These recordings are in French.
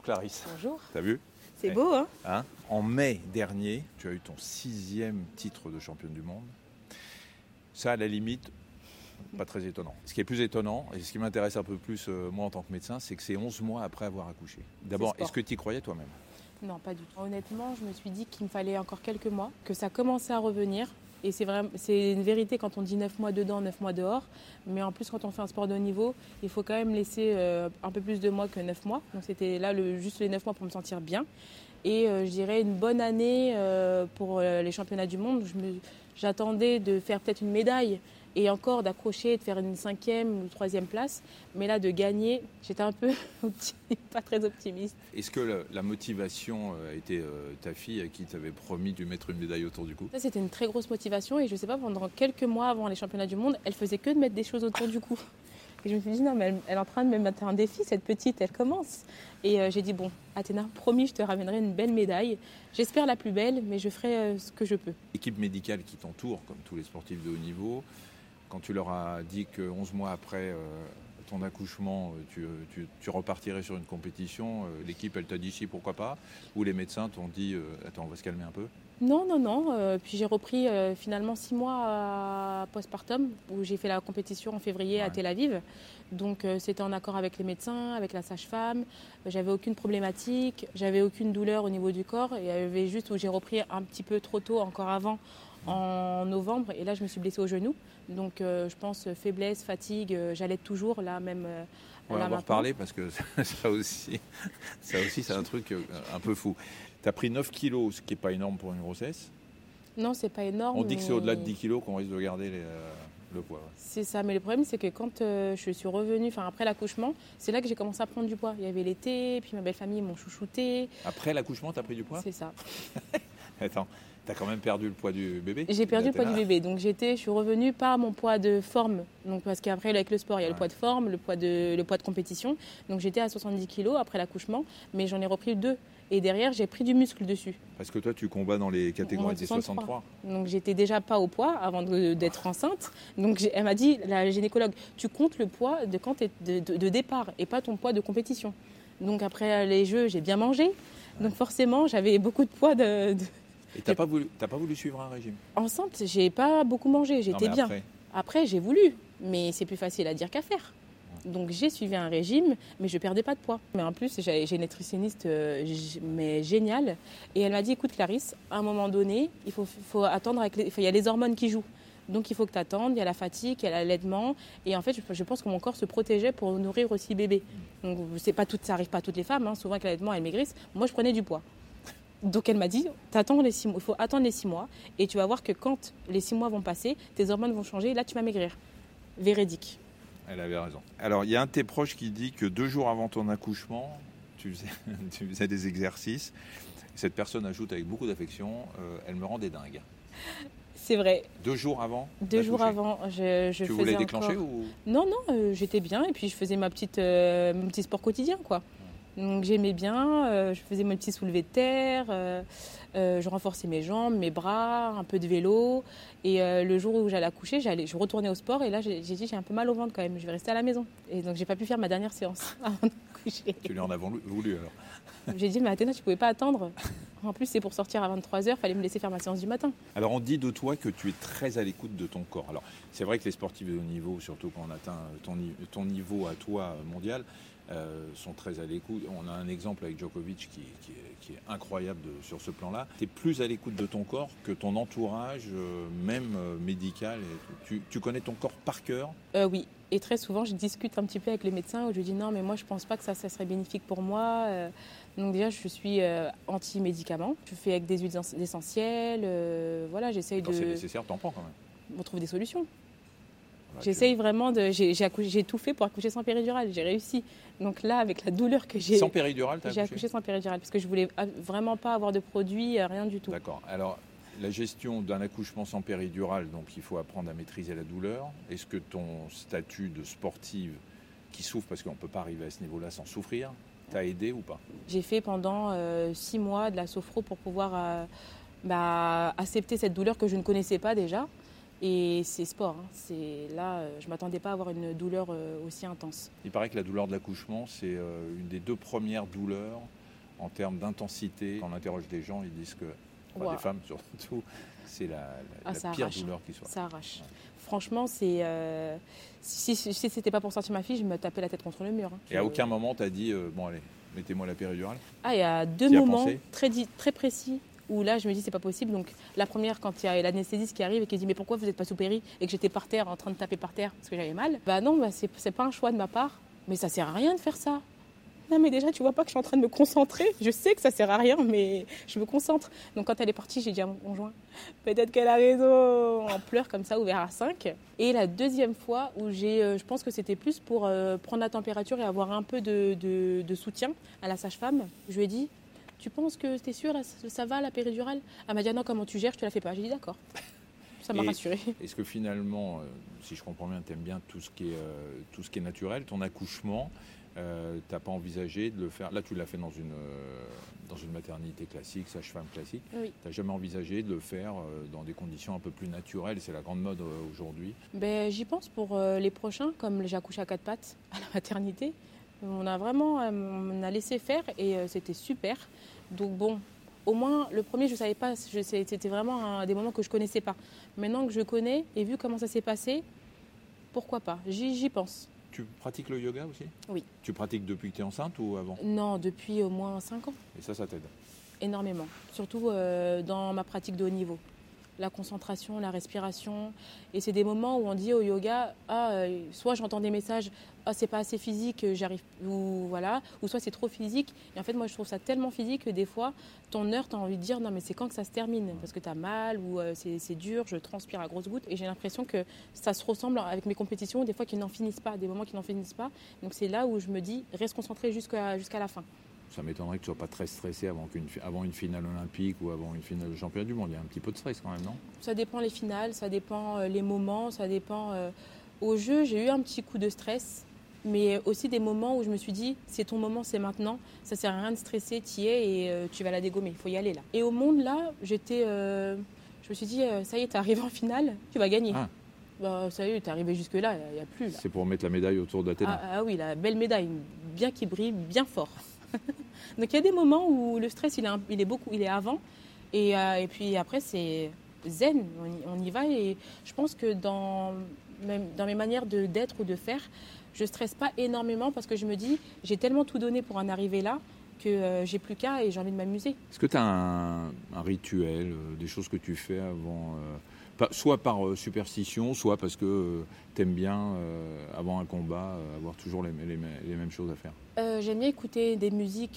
Clarisse. Bonjour. T'as vu ? C'est beau, hein ? En mai dernier, tu as eu ton 6e titre de championne du monde. Ça, à la limite, pas très étonnant. Ce qui est plus étonnant, et ce qui m'intéresse un peu plus, moi en tant que médecin, c'est que c'est 11 mois après avoir accouché. D'abord, est-ce que tu y croyais toi-même ? Non, pas du tout. Honnêtement, je me suis dit qu'il me fallait encore quelques mois, que ça commençait à revenir. Et c'est une vérité quand on dit 9 mois dedans, 9 mois dehors. Mais en plus, quand on fait un sport de haut niveau, il faut quand même laisser un peu plus de mois que 9 mois. Donc c'était là juste les 9 mois pour me sentir bien. Et je dirais une bonne année pour les championnats du monde. J'attendais de faire peut-être une médaille et encore d'accrocher, de faire une 5e ou 3e place. Mais là, de gagner, j'étais un peu pas très optimiste. Est-ce que la motivation a été ta fille à qui tu avais promis de lui mettre une médaille autour du cou ? Ça, c'était une très grosse motivation. Et je ne sais pas, pendant quelques mois avant les championnats du monde, elle faisait que de mettre des choses autour du cou. Et je me suis dit, non, mais elle est en train de me mettre un défi, cette petite, elle commence. Et j'ai dit, bon, Athéna, promis, je te ramènerai une belle médaille. J'espère la plus belle, mais je ferai ce que je peux. L'équipe médicale qui t'entoure, comme tous les sportifs de haut niveau, quand tu leur as dit que 11 mois après ton accouchement, tu repartirais sur une compétition, l'équipe, elle t'a dit si, pourquoi pas ? Ou les médecins t'ont dit, attends, on va se calmer un peu ? Non. Puis j'ai repris finalement 6 mois postpartum, où j'ai fait la compétition en février à Tel Aviv. Donc c'était en accord avec les médecins, avec la sage-femme. J'avais aucune problématique, j'avais aucune douleur au niveau du corps. Il y avait juste où j'ai repris un petit peu trop tôt, encore avant, en novembre. Et là, je me suis blessée au genou. Donc je pense faiblesse, fatigue, j'allais toujours là même. On va en reparler parce que ça aussi c'est un truc un peu fou. Tu as pris 9 kilos, ce qui n'est pas énorme pour une grossesse. Non, c'est pas énorme. On dit que c'est au-delà de 10 kilos qu'on risque de garder le poids. Ouais. C'est ça, mais le problème c'est que quand je suis revenue, après l'accouchement, c'est là que j'ai commencé à prendre du poids. Il y avait l'été, puis ma belle famille m'ont chouchouté. Après l'accouchement, tu as pris du poids ? C'est ça. Attends, tu as quand même perdu le poids du bébé ? J'ai perdu le poids du bébé, donc je suis revenue pas à mon poids de forme. Donc, parce qu'après avec le sport, il y a le poids de forme, le poids de compétition. Donc j'étais à 70 kilos après l'accouchement, mais j'en ai repris 2. Et derrière, j'ai pris du muscle dessus. Parce que toi, tu combats dans les catégories des 63. Donc j'étais déjà pas au poids avant d'être enceinte. Donc elle m'a dit, la gynécologue, tu comptes le poids de départ et pas ton poids de compétition. Donc après les Jeux, j'ai bien mangé. Donc forcément, j'avais beaucoup de poids Et t'as pas voulu suivre un régime ? Enceinte, j'ai pas beaucoup mangé, j'étais bien. Après, j'ai voulu, mais c'est plus facile à dire qu'à faire. Donc j'ai suivi un régime, mais je perdais pas de poids. Mais en plus, j'ai une nutritionniste mais géniale. Et elle m'a dit, écoute Clarisse, à un moment donné, il faut attendre, il y a les hormones qui jouent. Donc il faut que tu attendes, il y a la fatigue, il y a l'allaitement. Et en fait, je pense que mon corps se protégeait pour nourrir aussi bébé. Donc ça n'arrive pas à toutes les femmes, souvent avec l'allaitement, elles maigrissent. Moi, je prenais du poids. Donc elle m'a dit, il faut attendre les 6 mois et tu vas voir que quand les 6 mois vont passer, tes hormones vont changer et là tu vas maigrir. Véridique. Elle avait raison. Alors il y a un de tes proches qui dit que 2 jours avant ton accouchement, tu faisais des exercices. Cette personne ajoute avec beaucoup d'affection, elle me rendait dingue. C'est vrai. 2 jours avant ? 2 jours avant, je faisais Tu voulais déclencher ou... Non, j'étais bien et puis je faisais mon petit sport quotidien, quoi. Donc j'aimais bien, je faisais mon petit soulevé de terre, je renforçais mes jambes, mes bras, un peu de vélo. Et le jour où j'allais accoucher, je retournais au sport et là j'ai dit j'ai un peu mal au ventre quand même, je vais rester à la maison. Et donc j'ai pas pu faire ma dernière séance avant d'accoucher. Tu lui en as voulu alors ? J'ai dit mais Athéna, tu pouvais pas attendre. En plus c'est pour sortir à 23h, fallait me laisser faire ma séance du matin. Alors on dit de toi que tu es très à l'écoute de ton corps. Alors c'est vrai que les sportifs de haut niveau, surtout quand on atteint ton niveau à toi mondial, sont très à l'écoute. On a un exemple avec Djokovic qui est incroyable sur ce plan-là. Tu es plus à l'écoute de ton corps que ton entourage, même médical. Tu connais ton corps par cœur ? Oui, et très souvent je discute un petit peu avec les médecins où je dis non mais moi je pense pas que ça serait bénéfique pour moi. Donc déjà je suis anti-médicaments. Je fais avec des huiles essentielles. Voilà, j'essaye Quand c'est nécessaire, t'en prends quand même. On trouve des solutions. J'essaye vraiment j'ai tout fait pour accoucher sans péridurale, j'ai réussi. Donc là, avec la douleur que j'ai... Sans péridurale, j'ai accouché sans péridurale, parce que je voulais vraiment pas avoir de produits, rien du tout. D'accord. Alors, la gestion d'un accouchement sans péridurale, donc il faut apprendre à maîtriser la douleur. Est-ce que ton statut de sportive qui souffre, parce qu'on ne peut pas arriver à ce niveau-là sans souffrir, t'a aidé ou pas ? J'ai fait pendant 6 mois de la sophro pour pouvoir accepter cette douleur que je ne connaissais pas déjà. Et c'est sport. Là, je ne m'attendais pas à avoir une douleur aussi intense. Il paraît que la douleur de l'accouchement, c'est une des 2 premières douleurs en termes d'intensité. Quand on interroge des gens, ils disent que, des femmes surtout, c'est la pire douleur qui soit. Ça arrache. Ouais. Franchement, si ce n'était pas pour sortir ma fille, je me tapais la tête contre le mur. Et à aucun moment, tu as dit, bon allez, mettez-moi la péridurale? Il y a 2 moments très précis où là, je me dis, c'est pas possible. Donc, la première, quand il y a l'anesthésiste qui arrive et qui dit, mais pourquoi vous n'êtes pas sous péri? Et que j'étais par terre, en train de taper par terre parce que j'avais mal. Non, c'est pas un choix de ma part. Mais ça sert à rien de faire ça. Non, mais déjà, tu vois pas que je suis en train de me concentrer. Je sais que ça sert à rien, mais je me concentre. Donc, quand elle est partie, j'ai dit à mon conjoint, peut-être qu'elle a raison. En pleurs comme ça, ouvert à 5. Et la deuxième fois où je pense que c'était plus pour prendre la température et avoir un peu de soutien à la sage-femme, je lui ai dit, tu penses que t'es sûre, là, ça va, la péridurale? Elle m'a dit, non, comment tu gères, je te la fais pas. J'ai dit, d'accord. Ça m'a rassurée. Est-ce que finalement, si je comprends bien, tu aimes bien tout ce qui est naturel, ton accouchement, tu n'as pas envisagé de le faire? Là, tu l'as fait dans une maternité classique, sage-femme classique. Oui. Tu n'as jamais envisagé de le faire dans des conditions un peu plus naturelles? C'est la grande mode aujourd'hui. J'y pense pour les prochains, comme j'ai accouché à 4 pattes à la maternité. On a laissé faire et c'était super. Donc bon, au moins le premier je savais pas, c'était vraiment des moments que je connaissais pas. Maintenant que je connais et vu comment ça s'est passé, pourquoi pas, j'y pense. Tu pratiques le yoga aussi? Oui. Tu pratiques depuis que tu es enceinte ou avant? Non, depuis au moins 5 ans. Et ça t'aide? Énormément, surtout dans ma pratique de haut niveau. La concentration, la respiration. Et c'est des moments où on dit au yoga, soit j'entends des messages, c'est pas assez physique, j'arrive, ou soit c'est trop physique. Et en fait, moi, je trouve ça tellement physique que des fois, ton heure, tu as envie de dire, non, mais c'est quand que ça se termine? Parce que tu as mal ou c'est dur, je transpire à grosses gouttes. Et j'ai l'impression que ça se ressemble avec mes compétitions, des fois qui n'en finissent pas, des moments qui n'en finissent pas. Donc c'est là où je me dis, reste concentré jusqu'à la fin. Ça m'étonnerait que tu ne sois pas très stressé avant une finale olympique ou avant une finale de championnat du monde. Il y a un petit peu de stress quand même, non? Ça dépend les finales, ça dépend les moments, ça dépend... Au jeu, j'ai eu un petit coup de stress, mais aussi des moments où je me suis dit, c'est ton moment, c'est maintenant, ça ne sert à rien de stresser, tu y es et tu vas la dégommer, il faut y aller là. Et au monde, là, je me suis dit, ça y est, t'es arrivé en finale, tu vas gagner. Ça y est, t'es arrivé jusque-là, il n'y a plus. Là. C'est pour mettre la médaille autour d'Athéna. Oui, la belle médaille, bien qui brille, bien fort. Donc il y a des moments où le stress il est avant et puis après c'est zen, on y va et je pense que dans mes manières d'être ou de faire, je stresse pas énormément parce que je me dis j'ai tellement tout donné pour en arriver là que j'ai plus qu'à et j'ai envie de m'amuser. Est-ce que tu as un rituel, des choses que tu fais avant soit par superstition, soit parce que tu aimes bien, avant un combat, avoir toujours les mêmes choses à faire? J'aime bien écouter des musiques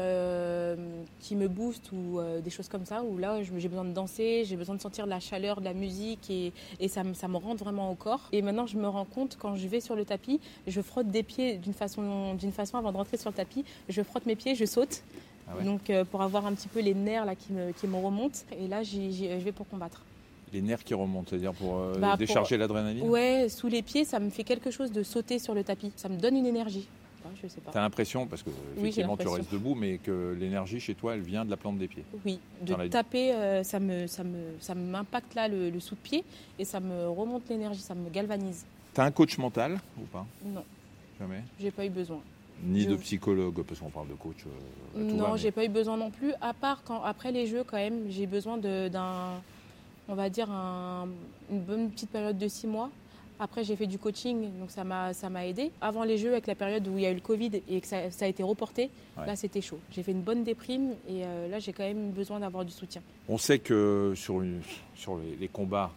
qui me boostent ou des choses comme ça, où là j'ai besoin de danser, j'ai besoin de sentir la chaleur de la musique et ça me rentre vraiment au corps. Et maintenant je me rends compte, quand je vais sur le tapis, je frotte des pieds d'une façon avant de rentrer sur le tapis, je frotte mes pieds, je saute. Ah ouais. Donc pour avoir un petit peu les nerfs là, qui me remontent. Et là je vais pour combattre. Les nerfs qui remontent, c'est-à-dire pour décharger l'adrénaline? Ouais, sous les pieds, ça me fait quelque chose de sauter sur le tapis. Ça me donne une énergie. Je sais pas. Tu as l'impression, parce que effectivement tu restes debout, mais que l'énergie chez toi, elle vient de la plante des pieds? Oui, de taper, ça m'impacte là le sous-pied et ça me remonte l'énergie, ça me galvanise. Tu as un coach mental ou pas? Non. Jamais? J'ai pas eu besoin. Ni de psychologue, parce qu'on parle de coach. Non, j'ai pas eu besoin non plus, à part après les jeux quand même, j'ai besoin on va dire une bonne petite période de 6 mois. Après, j'ai fait du coaching, donc ça m'a aidé. Avant les Jeux, avec la période où il y a eu le Covid et que ça a été reporté, Là, c'était chaud. J'ai fait une bonne déprime et là, j'ai quand même besoin d'avoir du soutien. On sait que sur les combats,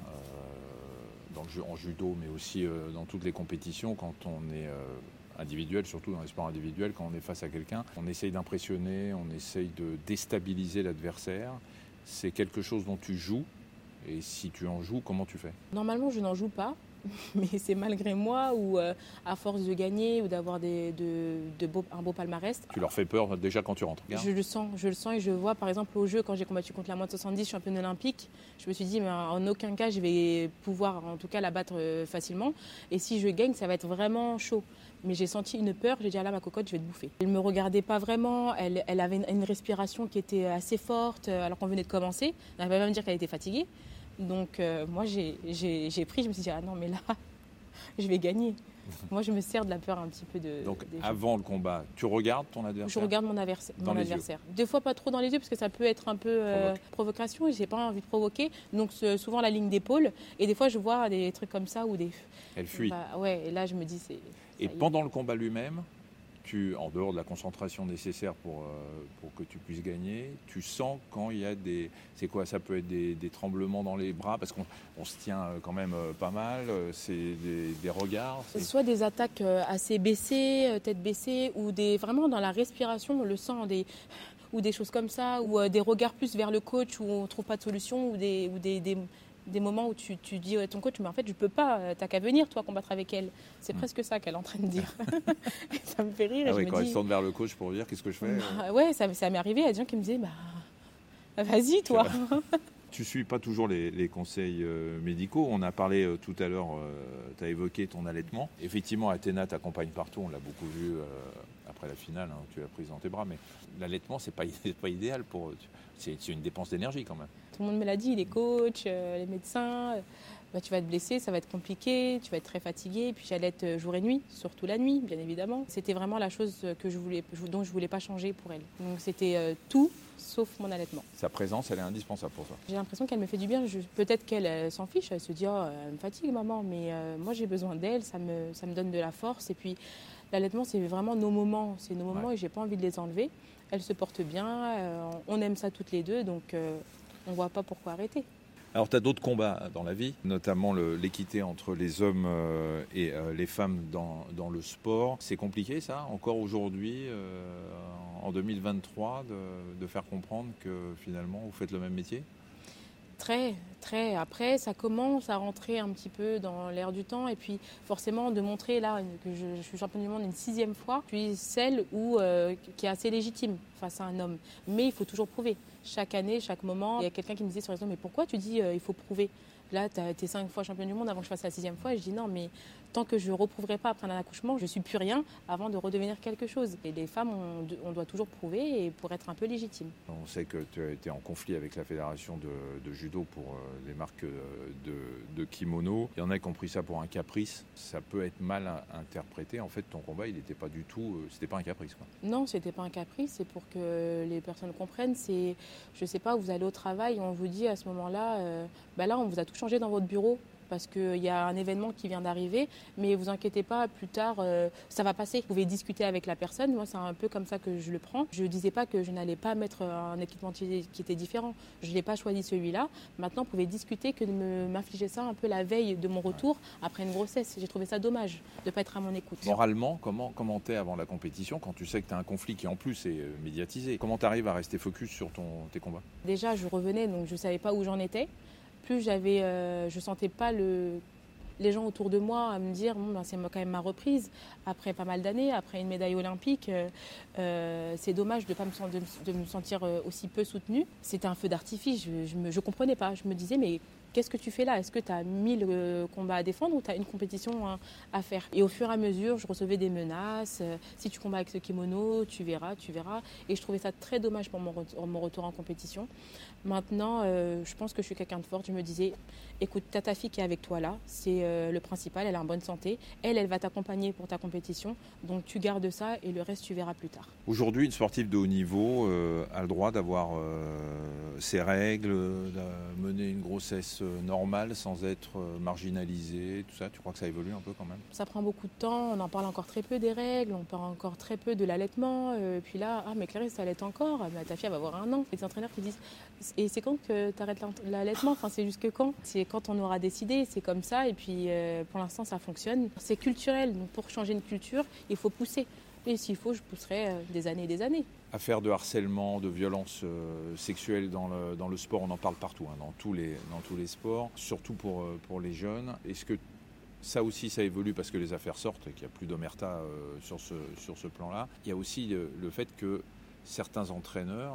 en judo, mais aussi dans toutes les compétitions, quand on est individuel, surtout dans les sports individuels, quand on est face à quelqu'un, on essaye d'impressionner, on essaye de déstabiliser l'adversaire. C'est quelque chose dont tu joues. Et si tu en joues, comment tu fais? Normalement, je n'en joue pas. Mais c'est malgré moi ou à force de gagner ou d'avoir un beau palmarès. Tu leur fais peur déjà quand tu rentres? Je le sens et je vois par exemple au jeu, quand j'ai combattu contre la moins de 70 championne olympique, je me suis dit mais en aucun cas je vais pouvoir en tout cas la battre facilement et si je gagne ça va être vraiment chaud. Mais j'ai senti une peur, j'ai dit ah là ma cocotte je vais te bouffer. Elle ne me regardait pas vraiment, elle avait une respiration qui était assez forte alors qu'on venait de commencer. Elle ne va pas me dire qu'elle était fatiguée. Donc moi, j'ai pris, je me suis dit, ah non, mais là, je vais gagner. Moi, je me sers de la peur un petit peu de... Donc, avant le combat, tu regardes ton adversaire ? Je regarde mon adversaire. Des fois, pas trop dans les yeux, parce que ça peut être un peu provocation, et j'ai pas envie de provoquer. Donc, souvent, la ligne d'épaule. Et des fois, je vois des trucs comme ça, ou des... Elle fuit. Ouais, et là, je me dis, c'est... Et pendant le combat lui-même, en dehors de la concentration nécessaire pour que tu puisses gagner, tu sens quand il y a des... C'est quoi ? Ça peut être des tremblements dans les bras, parce qu'on se tient quand même pas mal, c'est des regards. Soit des attaques assez baissées, tête baissée, ou vraiment dans la respiration, on le sent, ou des choses comme ça, ou des regards plus vers le coach où on ne trouve pas de solution, ou des moments où tu dis à ton coach, mais en fait, je peux pas, t'as qu'à venir, toi, combattre avec elle. C'est presque ça qu'elle est en train de dire. Ça me fait rire. Ah oui, quand elle se tourne vers le coach pour dire qu'est-ce que je fais Ouais, ça m'est arrivé. Il y a des gens qui me disaient, vas-y, toi. Tu ne suis pas toujours les conseils médicaux. On a parlé tout à l'heure, tu as évoqué ton allaitement. Effectivement, Athéna t'accompagne partout. On l'a beaucoup vu après la finale, tu l'as prise dans tes bras. Mais l'allaitement, c'est pas idéal pour... C'est une dépense d'énergie quand même. Tout le monde me l'a dit, les coachs, les médecins. Tu vas te blesser, ça va être compliqué, tu vas être très fatigué. Puis j'allaite jour et nuit, surtout la nuit, bien évidemment. C'était vraiment la chose dont je voulais pas changer pour elle. Donc c'était tout sauf mon allaitement. Sa présence, elle est indispensable pour toi. J'ai l'impression qu'elle me fait du bien. Peut-être qu'elle s'en fiche, elle se dit elle me fatigue maman, mais moi j'ai besoin d'elle, ça me donne de la force. Et puis l'allaitement, c'est vraiment nos moments, et j'ai pas envie de les enlever. Elle se porte bien, on aime ça toutes les deux, donc on voit pas pourquoi arrêter. Alors, tu as d'autres combats dans la vie, notamment l'équité entre les hommes et les femmes dans le sport. C'est compliqué, ça, encore aujourd'hui, en 2023, de faire comprendre que finalement, vous faites le même métier ? Très, très. Après, ça commence à rentrer un petit peu dans l'air du temps. Et puis, forcément, de montrer là que je suis championne du monde une 6e fois, je suis celle qui est assez légitime face à un homme. Mais il faut toujours prouver. Chaque année, chaque moment, il y a quelqu'un qui me disait sur les réseaux, mais pourquoi tu dis il faut prouver ? Là, tu as été 5 fois championne du monde avant que je fasse la 6e fois. Et je dis non, mais tant que je ne reprouverai pas après un accouchement, je ne suis plus rien avant de redevenir quelque chose. Et les femmes, on doit toujours prouver et pour être un peu légitime. On sait que tu as été en conflit avec la fédération de judo pour les marques de kimono. Il y en a qui ont pris ça pour un caprice. Ça peut être mal interprété. En fait, ton combat, il n'était pas du tout... c'était pas un caprice, quoi. Non, c'était pas un caprice. C'est pour que les personnes comprennent. C'est, je sais pas, vous allez au travail et on vous dit à ce moment-là, là, on vous a tout changé dans votre bureau parce qu'il y a un événement qui vient d'arriver, mais vous inquiétez pas, plus tard, ça va passer. Vous pouvez discuter avec la personne. Moi, c'est un peu comme ça que je le prends. Je ne disais pas que je n'allais pas mettre un équipement qui était différent. Je n'ai pas choisi celui-là. Maintenant, vous pouvez discuter que de m'infliger ça un peu la veille de mon retour après une grossesse. J'ai trouvé ça dommage de ne pas être à mon écoute. Moralement, comment t'es avant la compétition quand tu sais que tu as un conflit qui en plus est médiatisé ? Comment tu arrives à rester focus sur tes combats ? Déjà, je revenais, donc je ne savais pas où j'en étais. Plus je sentais pas les gens autour de moi à me dire c'est quand même ma reprise après pas mal d'années, après une médaille olympique. C'est dommage de me sentir aussi peu soutenue. C'était un feu d'artifice, je comprenais pas. Je me disais mais qu'est-ce que tu fais là ? Est-ce que tu as 1000 combats à défendre ou tu as une compétition à faire ? Et au fur et à mesure, je recevais des menaces. Si tu combats avec ce kimono, tu verras. Et je trouvais ça très dommage pour mon retour en compétition. Maintenant, je pense que je suis quelqu'un de fort. Je me disais, écoute, tu as ta fille qui est avec toi là. C'est le principal, elle est en bonne santé. Elle va t'accompagner pour ta compétition. Donc tu gardes ça et le reste, tu verras plus tard. Aujourd'hui, une sportive de haut niveau a le droit d'avoir ses règles, de mener une grossesse normale sans être marginalisée, tout ça. Tu crois que ça évolue un peu quand même ? Ça prend beaucoup de temps. On en parle encore très peu des règles. On parle encore très peu de l'allaitement. Puis là, mais Clarisse, ça allait encore. Ta fille, elle va avoir 1 an. Les entraîneurs qui disent, et c'est quand que tu arrêtes l'allaitement ? Enfin, c'est jusque quand ? C'est quand on aura décidé. C'est comme ça. Et puis, pour l'instant, ça fonctionne. C'est culturel. Donc, pour changer une culture, il faut pousser. Et s'il faut, je pousserai des années et des années. Affaire de harcèlement, de violence sexuelle dans le sport, on en parle partout, dans tous les sports, surtout pour les jeunes. Est-ce que ça aussi, ça évolue parce que les affaires sortent et qu'il n'y a plus d'omerta sur ce plan-là ? Il y a aussi le fait que certains entraîneurs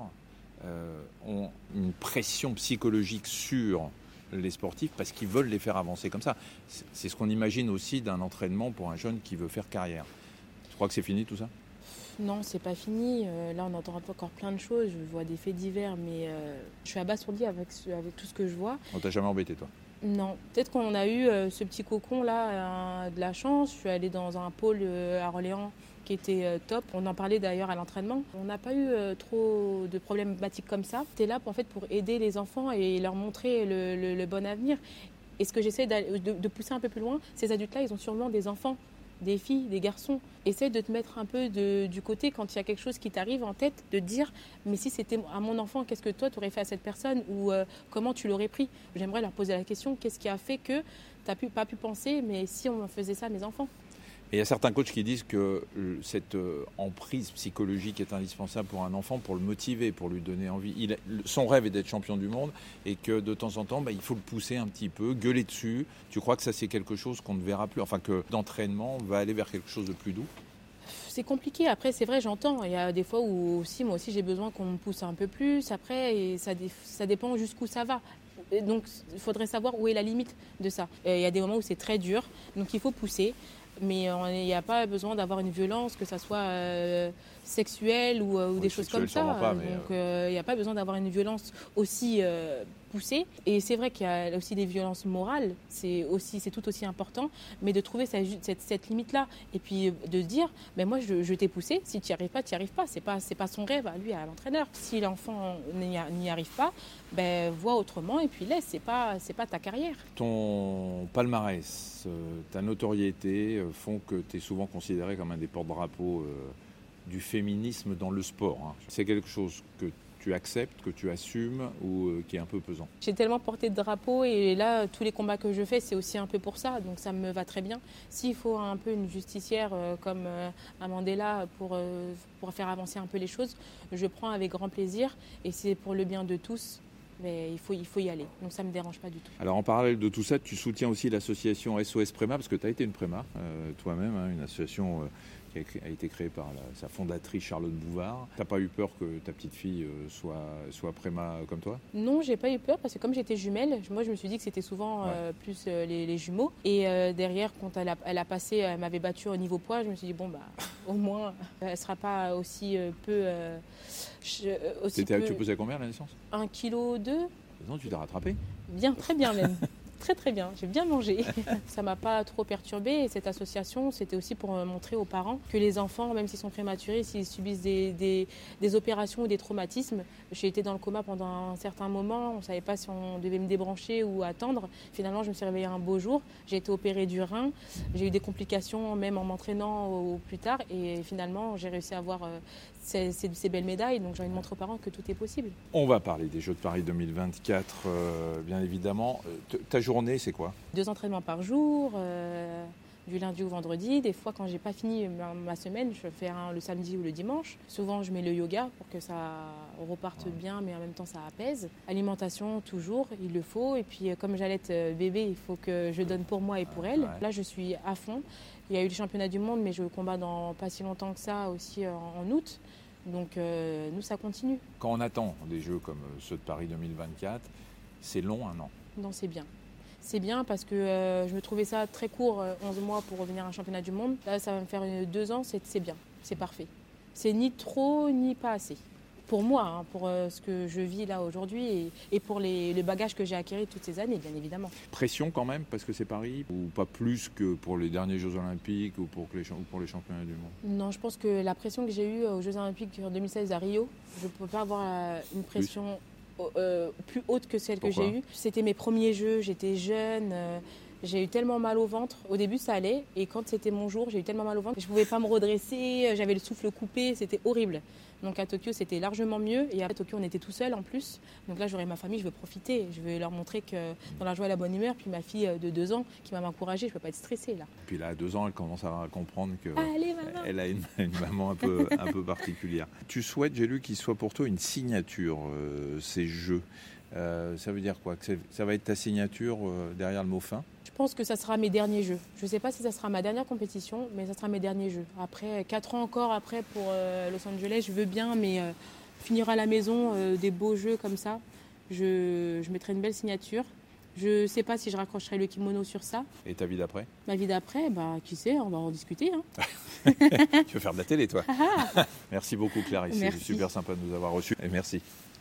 ont une pression psychologique sur les sportifs parce qu'ils veulent les faire avancer comme ça. C'est ce qu'on imagine aussi d'un entraînement pour un jeune qui veut faire carrière. Tu crois que c'est fini tout ça ? Non, c'est pas fini. Là, on entend encore plein de choses. Je vois des faits divers, mais je suis abasourdie avec tout ce que je vois. On t'a jamais embêté, toi? Non. Peut-être qu'on a eu ce petit cocon-là, de la chance. Je suis allée dans un pôle à Orléans qui était top. On en parlait d'ailleurs à l'entraînement. On n'a pas eu trop de problématiques comme ça. C'était là pour aider les enfants et leur montrer le bon avenir. Et ce que j'essaie de pousser un peu plus loin, ces adultes-là, ils ont sûrement des enfants, des filles, des garçons. Essaie de te mettre un peu du côté quand il y a quelque chose qui t'arrive en tête, de dire mais si c'était à mon enfant, qu'est-ce que toi tu aurais fait à cette personne ou comment tu l'aurais pris. J'aimerais leur poser la question, qu'est-ce qui a fait que tu n'as pas pu penser, mais si on faisait ça à mes enfants. Et il y a certains coachs qui disent que cette emprise psychologique est indispensable pour un enfant, pour le motiver, pour lui donner envie. Son rêve est d'être champion du monde et que de temps en temps, il faut le pousser un petit peu, gueuler dessus. Tu crois que ça, c'est quelque chose qu'on ne verra plus, enfin que l'entraînement va aller vers quelque chose de plus doux? C'est compliqué. Après, c'est vrai, j'entends. Il y a des fois où moi aussi, j'ai besoin qu'on me pousse un peu plus. Après, et ça dépend jusqu'où ça va. Et donc, il faudrait savoir où est la limite de ça. Il y a des moments où c'est très dur, donc il faut pousser. Mais il n'y a pas besoin d'avoir une violence, que ça soit sexuelle ou des choses comme ça. Pas, donc il n'y a pas besoin d'avoir une violence aussi poussée. Et c'est vrai qu'il y a aussi des violences morales, c'est tout aussi important. Mais de trouver cette limite-là et puis de dire, moi je t'ai poussé, si tu n'y arrives pas, tu n'y arrives pas. C'est pas son rêve à lui, à l'entraîneur. Si l'enfant n'y arrive pas, vois autrement et puis laisse, c'est pas ta carrière. Ton palmarès, ta notoriété font que tu es souvent considéré comme un des porte-drapeaux du féminisme dans le sport. Hein. C'est quelque chose que tu acceptes, que tu assumes ou qui est un peu pesant? J'ai tellement porté de drapeaux et là, tous les combats que je fais, c'est aussi un peu pour ça. Donc ça me va très bien. S'il faut un peu une justicière comme Mandela pour faire avancer un peu les choses, je prends avec grand plaisir et c'est pour le bien de tous. Mais il faut y aller, donc ça ne me dérange pas du tout. Alors en parallèle de tout ça, tu soutiens aussi l'association SOS Préma, parce que tu as été une Préma toi-même, une association qui a été créée par sa fondatrice Charlotte Bouvard. Tu n'as pas eu peur que ta petite fille soit Préma comme toi? Non, j'ai pas eu peur parce que comme j'étais jumelle, moi je me suis dit que c'était souvent plus les jumeaux. Et derrière, quand elle a passé, elle m'avait battue au niveau poids, je me suis dit au moins elle ne sera pas aussi peu... Tu pesais combien à la naissance? 1,2 kg. Non, tu t'es rattrapé? Bien, très bien même. Très très bien, j'ai bien mangé. Ça ne m'a pas trop perturbée et cette association, c'était aussi pour montrer aux parents que les enfants, même s'ils sont prématurés, s'ils subissent des opérations ou des traumatismes, j'ai été dans le coma pendant un certain moment, on ne savait pas si on devait me débrancher ou attendre. Finalement, je me suis réveillée un beau jour, j'ai été opérée du rein, j'ai eu des complications même en m'entraînant au plus tard et finalement, j'ai réussi à avoir ces belles médailles, donc j'ai envie de montrer aux parents que tout est possible. On va parler des Jeux de Paris 2024, bien évidemment. Ta journée, c'est quoi? 2 entraînements par jour, du lundi au vendredi. Des fois, quand j'ai pas fini ma semaine, je fais le samedi ou le dimanche. Souvent, je mets le yoga pour que ça reparte bien, mais en même temps, ça apaise. Alimentation, toujours, il le faut. Et puis, comme j'allaite bébé, il faut que je donne pour moi et pour elle. Là, je suis à fond. Il y a eu le championnat du monde, mais je combats dans pas si longtemps que ça, aussi en août. Donc, nous, ça continue. Quand on attend des Jeux comme ceux de Paris 2024, c'est long, un an? Non, c'est bien. C'est bien parce que je me trouvais ça très court, 11 mois pour revenir à un championnat du monde. Là, ça va me faire 2 ans, c'est bien, c'est parfait. C'est ni trop ni pas assez. Pour moi, pour ce que je vis là aujourd'hui et pour le bagage que j'ai acquis toutes ces années, bien évidemment. Pression quand même, parce que c'est Paris, ou pas plus que pour les derniers Jeux Olympiques ou pour les championnats du monde? Non, je pense que la pression que j'ai eue aux Jeux Olympiques en 2016 à Rio, je ne peux pas avoir une pression plus haute que celle Pourquoi? que j'ai eue. C'était mes premiers Jeux, j'étais jeune. J'ai eu tellement mal au ventre. Au début, ça allait. Et quand c'était mon jour, j'ai eu tellement mal au ventre. Je ne pouvais pas me redresser. J'avais le souffle coupé. C'était horrible. Donc à Tokyo, c'était largement mieux. Et à Tokyo, on était tout seul en plus. Donc là, j'aurai ma famille. Je veux profiter. Je vais leur montrer que dans la joie et la bonne humeur. Puis ma fille de 2 ans qui va m'encourager. Je ne peux pas être stressée là. Puis là, à 2 ans, elle commence à comprendre qu'elle a une maman un peu particulière. Tu souhaites, j'ai lu, qu'il soit pour toi une signature, ces Jeux. Ça veut dire quoi? Que ça va être ta signature derrière le mot fin? Je pense que ça sera mes derniers Jeux. Je ne sais pas si ça sera ma dernière compétition, mais ça sera mes derniers Jeux. Après, 4 ans encore après pour Los Angeles, je veux bien, mais finir à la maison des beaux Jeux comme ça, je mettrai une belle signature. Je ne sais pas si je raccrocherai le kimono sur ça. Et ta vie d'après? Ma vie d'après, qui sait, on va en discuter. Hein. Tu veux faire de la télé, toi? Merci beaucoup, Clarisse. C'est super sympa de nous avoir reçus. Et merci.